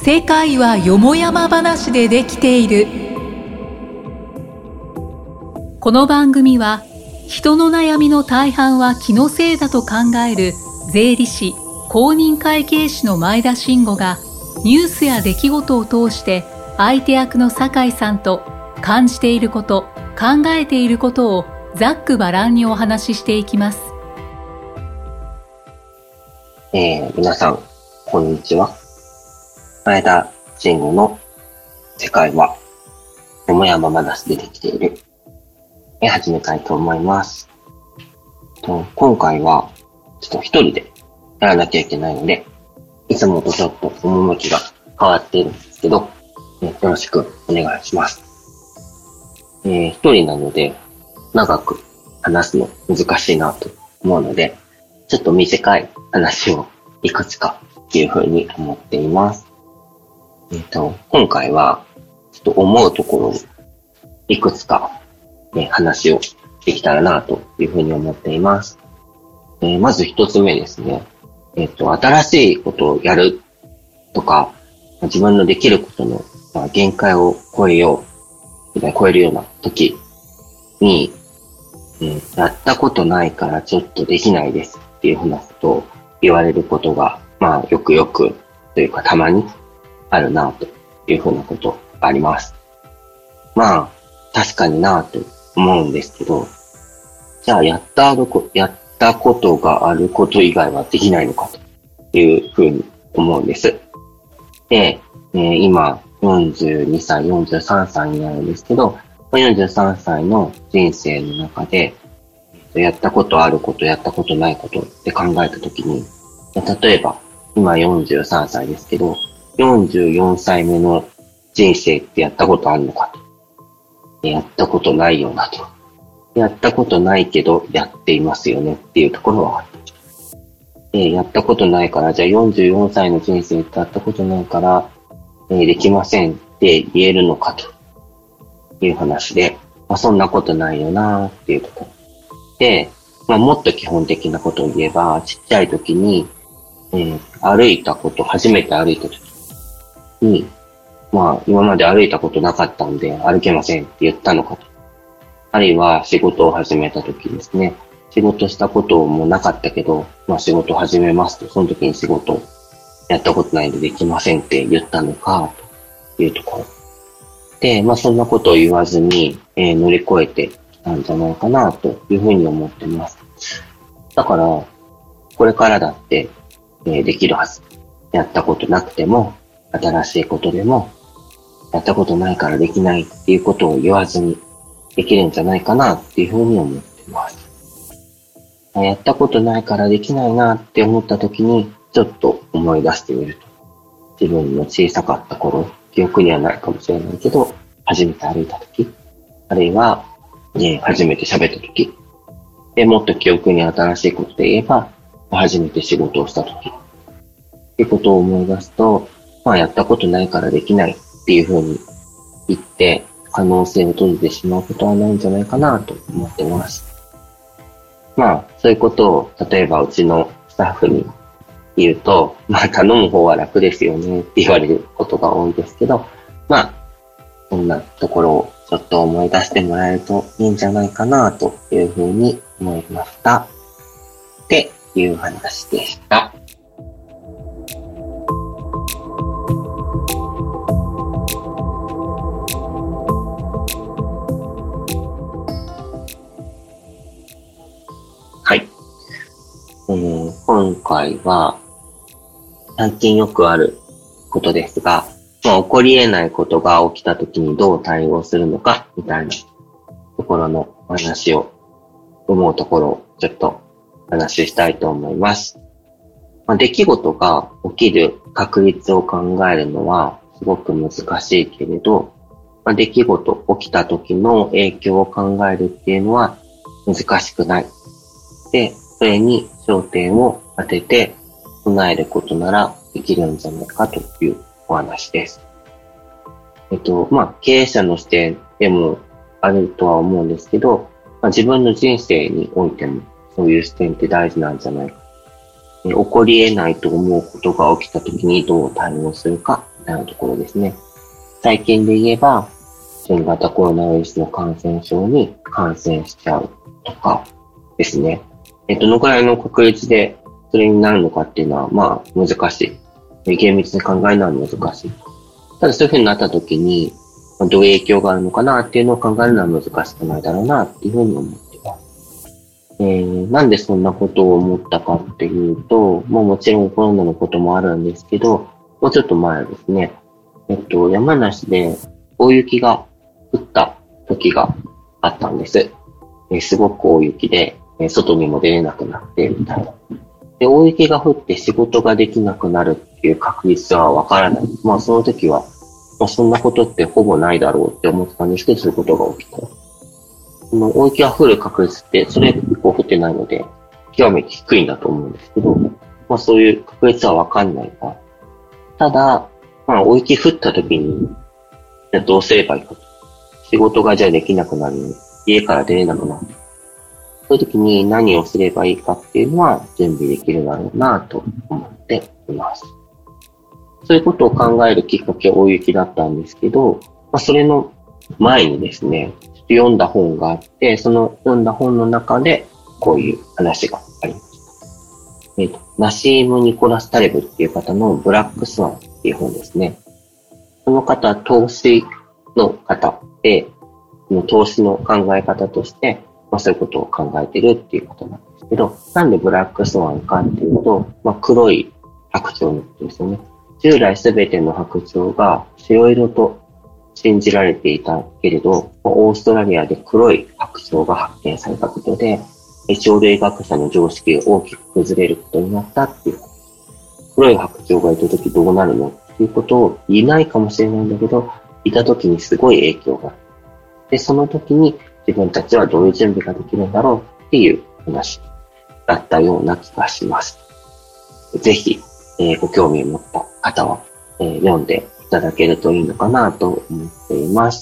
世界はよもやま話でできている。この番組は人の悩みの大半は気のせいだと考える税理士公認会計士の前田慎吾がニュースや出来事を通して相手役の酒井さんと感じていること、考えていることをざっくばらんにお話ししていきます。 皆さんこんにちは。前田慎吾の世界はよもやま話でできている。始めたいと思います。今回はちょっと一人でやらなきゃいけないので、いつもとちょっと趣が変わっているんですけど、よろしくお願いします。一人なので長く話すの難しいなと思うので、ちょっと短い話をいくつかっていうふうに思っています。今回はちょっと思うところをいくつか、話をできたらなというふうに思っています。まず一つ目ですね。新しいことをやるとか、自分のできることの限界を超えるような時に、やったことないからちょっとできないですっていうふうなことを言われることが、よくというかたまにあるなというふうなことがあります。確かになと思うんですけど、じゃあやったことがあること以外はできないのかというふうに思うんです。で、今42歳、43歳になるんですけど、43歳の人生の中で、やったことあること、やったことないことって考えたときに、例えば今43歳ですけど、44歳目の人生ってやったことあるのかと。やったことないよなと。やったことないけどやっていますよねっていうところはある。やったことないから、じゃあ44歳の人生ってやったことないから、できませんって言えるのかという話で、そんなことないよなっていうところ。で、もっと基本的なことを言えば、ちっちゃい時に、初めて歩いた時に、今まで歩いたことなかったんで歩けませんって言ったのかと。あるいは仕事を始めた時ですね。仕事したこともなかったけど、仕事を始めますと、その時に仕事やったことないんでできませんって言ったのかというところ。で、そんなことを言わずに、乗り越えてきたんじゃないかなというふうに思ってます。だから、これからだって、できるはず。やったことなくても、新しいことでも、やったことないからできないっていうことを言わずにできるんじゃないかなっていうふうに思ってます。やったことないからできないなって思った時に、ちょっと思い出してみると。自分の小さかった頃、記憶にはないかもしれないけど、初めて歩いた時、あるいは、初めて喋った時、で、もっと記憶に新しいことで言えば、初めて仕事をした時、っていうことを思い出すと、やったことないからできないっていうふうに言って、可能性を閉じてしまうことはないんじゃないかなと思ってます。そういうことを、例えばうちのスタッフに言うと、頼む方は楽ですよねって言われることが多いですけど、そんなところをちょっと思い出してもらえるといいんじゃないかなというふうに思いました。っていう話でした。はい。今回は、最近よくあることですが、起こり得ないことが起きたときにどう対応するのか、みたいなところのお話を、思うところをちょっと話したいと思います。出来事が起きる確率を考えるのはすごく難しいけれど、出来事起きた時の影響を考えるっていうのは難しくない。で、それに焦点を当てて備えることならできるんじゃないかというお話です。経営者の視点でもあるとは思うんですけど、自分の人生においてもそういう視点って大事なんじゃないか。起こり得ないと思うことが起きた時にどう対応するかみたいなところですね。最近で言えば、新型コロナウイルスの感染症に感染しちゃうとかですね。どのくらいの確率でそれになるのかっていうのは、まあ難しい。厳密に考えるのは難しい。ただそういう風になった時に、どういう影響があるのかなっていうのを考えるのは難しくないだろうなっていうふうに思ってます。なんでそんなことを思ったかっていうと、もちろんコロナのこともあるんですけど、もうちょっと前ですね。山梨で大雪が降った時があったんです。すごく大雪で、外にも出れなくなってみたいな。で、大雪が降って仕事ができなくなるっていう確率はわからない。まあその時は、そんなことってほぼないだろうって思ってたんですけど、そういうことが起きた。この大雪が降る確率ってそれ結構降ってないので、極めて低いんだと思うんですけど、まあそういう確率はわかんないが。ただ、まあ大雪降った時に、どうすればいいかと。仕事がじゃあできなくなる。家から出れなくなる。そういう時に何をすればいいかっていうのは準備できるだろうなと思っています。そういうことを考えるきっかけは大雪だったんですけど、まあ、それの前にですね、読んだ本があって、その読んだ本の中でこういう話がありました。ナシーム・ニコラス・タレブっていう方のブラックスワンっていう本ですね。その方は投資の方で、投資の考え方として、まあ、そういうことを考えてるっていうことなんですけど、なんでブラックスワンかっていうと、まあ、黒い白鳥のことですよね。従来すべての白鳥が白色と信じられていたけれど、オーストラリアで黒い白鳥が発見されたことで、鳥類学者の常識が大きく崩れることになったっていう。黒い白鳥がいたときどうなるのっていうことを言えないかもしれないんだけど、いたときにすごい影響がある。で、その時に自分たちはどういう準備ができるんだろうっていう話だったような気がします。ぜひ、ご興味を持った方は、読んでいただけるといいのかなと思っています。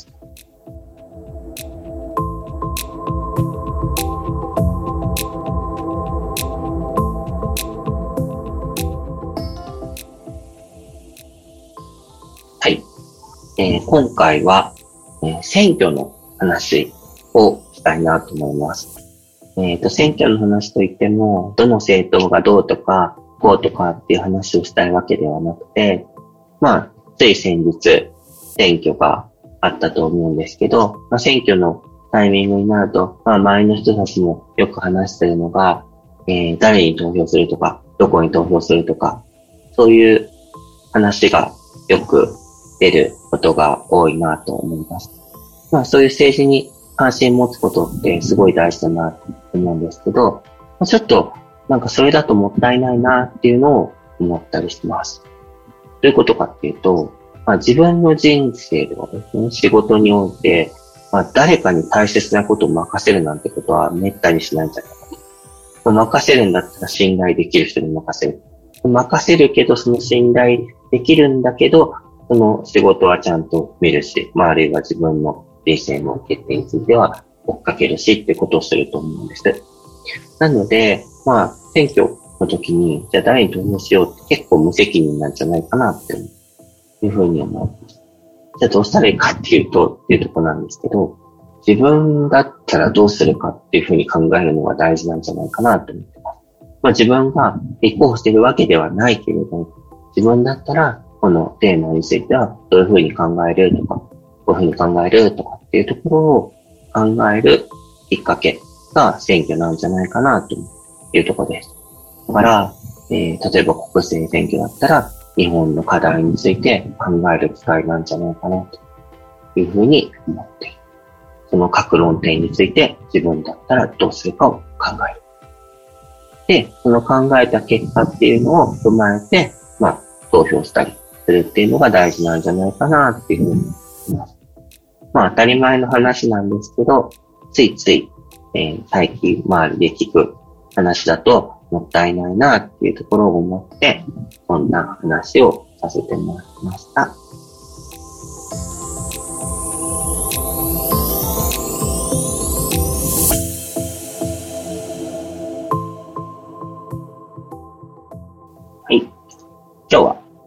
はい。今回は、選挙の話をしたいなと思います。選挙の話といっても、どの政党がどうとか、こうとかっていう話をしたいわけではなくて、まあ、つい先日、選挙があったと思うんですけど、まあ、選挙のタイミングになると、まあ、周りの人たちもよく話しているのが、誰に投票するとか、どこに投票するとか、そういう話がよく出ることが多いなと思います。まあ、そういう政治に関心持つことってすごい大事だなと思うんですけど、ちょっとなんかそれだともったいないなっていうのを思ったりします。どういうことかっていうと、まあ、自分の人生ではですね、仕事において、まあ、誰かに大切なことを任せるなんてことは滅多にしないんじゃないかと。任せるんだったら信頼できる人に任せる。任せるけど、その信頼できるんだけど、その仕事はちゃんと見るし、まあ、あるいは自分の人生の決定については追っかけるしってことをすると思うんです。なので、まあ、選挙の時に、じゃあ誰に投票しようって結構無責任なんじゃないかなっていうふうに思います。じゃあどうしたらいいかっていうと、っていうところなんですけど、自分だったらどうするかっていうふうに考えるのが大事なんじゃないかなと思ってます。まあ自分が立候補しているわけではないけれど、自分だったらこのテーマについてはどういうふうに考えるとか、こういうふうに考えるとかっていうところを考えるきっかけが選挙なんじゃないかなというところです。だから、例えば国政選挙だったら日本の課題について考える機会なんじゃないかなというふうに思っている。その各論点について自分だったらどうするかを考える。で、その考えた結果っていうのを踏まえて、まあ、投票したりするっていうのが大事なんじゃないかなっていうふうに思います。まあ、当たり前の話なんですけど、ついつい、最近周りで聞く話だともったいないなっていうところを思って、こんな話をさせてもらいました。はい。今日は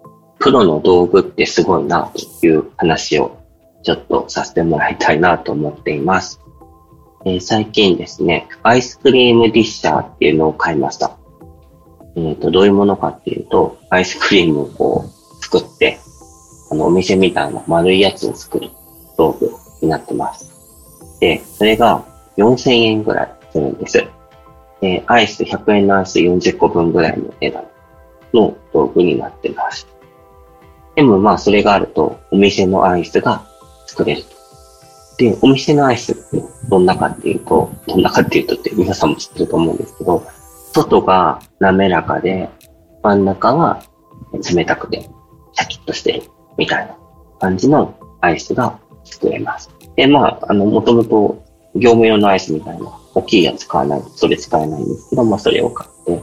プロの道具ってすごいなという話をちょっとさせてもらいたいなと思っています。最近ですね、アイスクリームディッシャーっていうのを買いました。どういうものかっていうと、アイスクリームをこう作って、お店みたいな丸いやつを作る道具になってます。で、それが4000円ぐらいするんです。アイス100円のアイス40個分ぐらいの値段の道具になってます。でもまあそれがあるとお店のアイスが作れると。で、お店のアイスってどんなかっていうとって皆さんも知ってると思うんですけど、外が滑らかで真ん中は冷たくてシャキッとしてるみたいな感じのアイスが作れます。で、まあ、もともと業務用のアイスみたいな大きいやつ買わないとそれ使えないんですけど、まあそれを買って、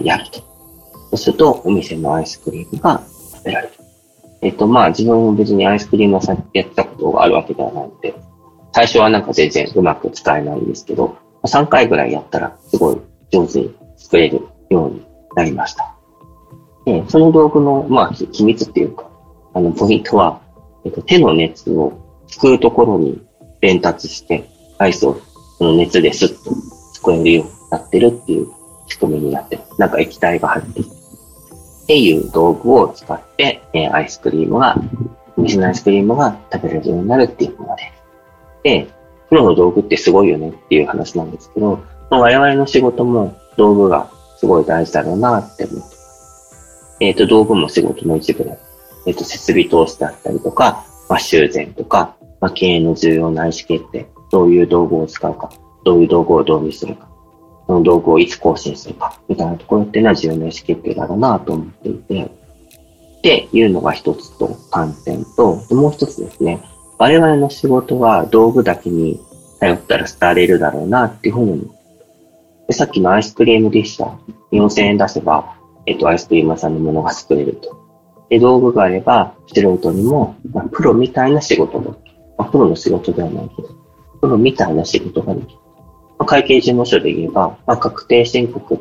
やると。そうするとお店のアイスクリームが食べられる。まあ自分も別にアイスクリーム屋さんやったことがあるわけではないので、最初はなんか全然うまく使えないんですけど、3回ぐらいやったらすごい上手に作れるようになりました。で、その道具の、まあ秘密っていうか、ポイントは、手の熱を作るところに伝達して、アイスをその熱でスッと作れるようになってるっていう仕組みになってる。なんか液体が入ってる。っていう道具を使って、アイスクリームが、お店のアイスクリームが食べれるようになるっていうもので。で、プロの道具ってすごいよねっていう話なんですけど、我々の仕事も道具がすごい大事だろうなって思ってます。道具も仕事の一部で、設備投資だったりとか、まあ、修繕とか、まあ、経営の重要な意思決定、どういう道具を使うか、どういう道具を導入するか、その道具をいつ更新するか、みたいなところっていうのは重要な意思決定だろうなと思っていて、っていうのが一つと観点と、もう一つですね、我々の仕事は道具だけに頼ったら廃れるだろうなっていうふうに思う。で、さっきのアイスクリームでした。4000円出せば、アイスクリーム屋さんのものが作れると。で、道具があれば、素人にも、まあ、プロみたいな仕事ができる。まあ、プロの仕事ではないけど、プロみたいな仕事ができる。まあ、会計事務所で言えば、まあ、確定申告って、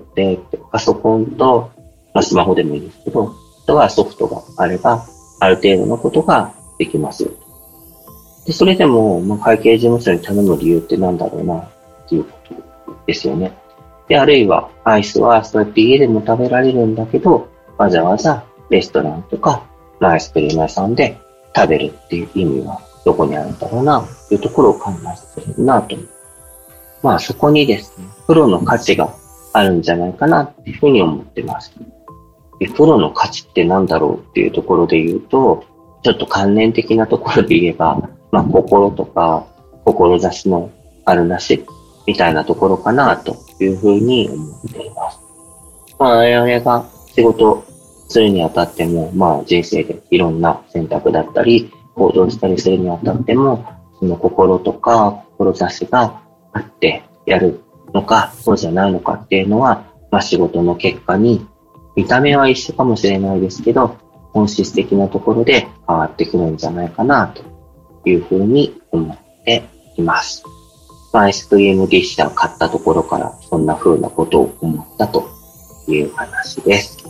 パソコンと、まあ、スマホでもいいですけど、あとはソフトがあれば、ある程度のことができますよ。で、それでも、まあ、会計事務所に頼む理由ってなんだろうな、っていうことですよね。で、あるいは、アイスはそうやって家でも食べられるんだけど、わざわざレストランとか、まあ、アイスクリーム屋さんで食べるっていう意味はどこにあるんだろうな、というところを考えさせるなと。まあ、そこにですね、プロの価値があるんじゃないかな、っていうふうに思ってます。で、プロの価値ってなんだろうっていうところで言うと、ちょっと関連的なところで言えば、まあ、心とか、志のあるなし、みたいなところかな、というふうに思っています。まあ、我々が仕事するにあたっても、まあ、人生でいろんな選択だったり、行動したりするにあたっても、その心とか、志があってやるのか、そうじゃないのかっていうのは、まあ、仕事の結果に、見た目は一緒かもしれないですけど、本質的なところで変わってくるんじゃないかな、というふうに思っています。アイスクリームディッシャーを買ったところからそんな風なことを思ったという話です。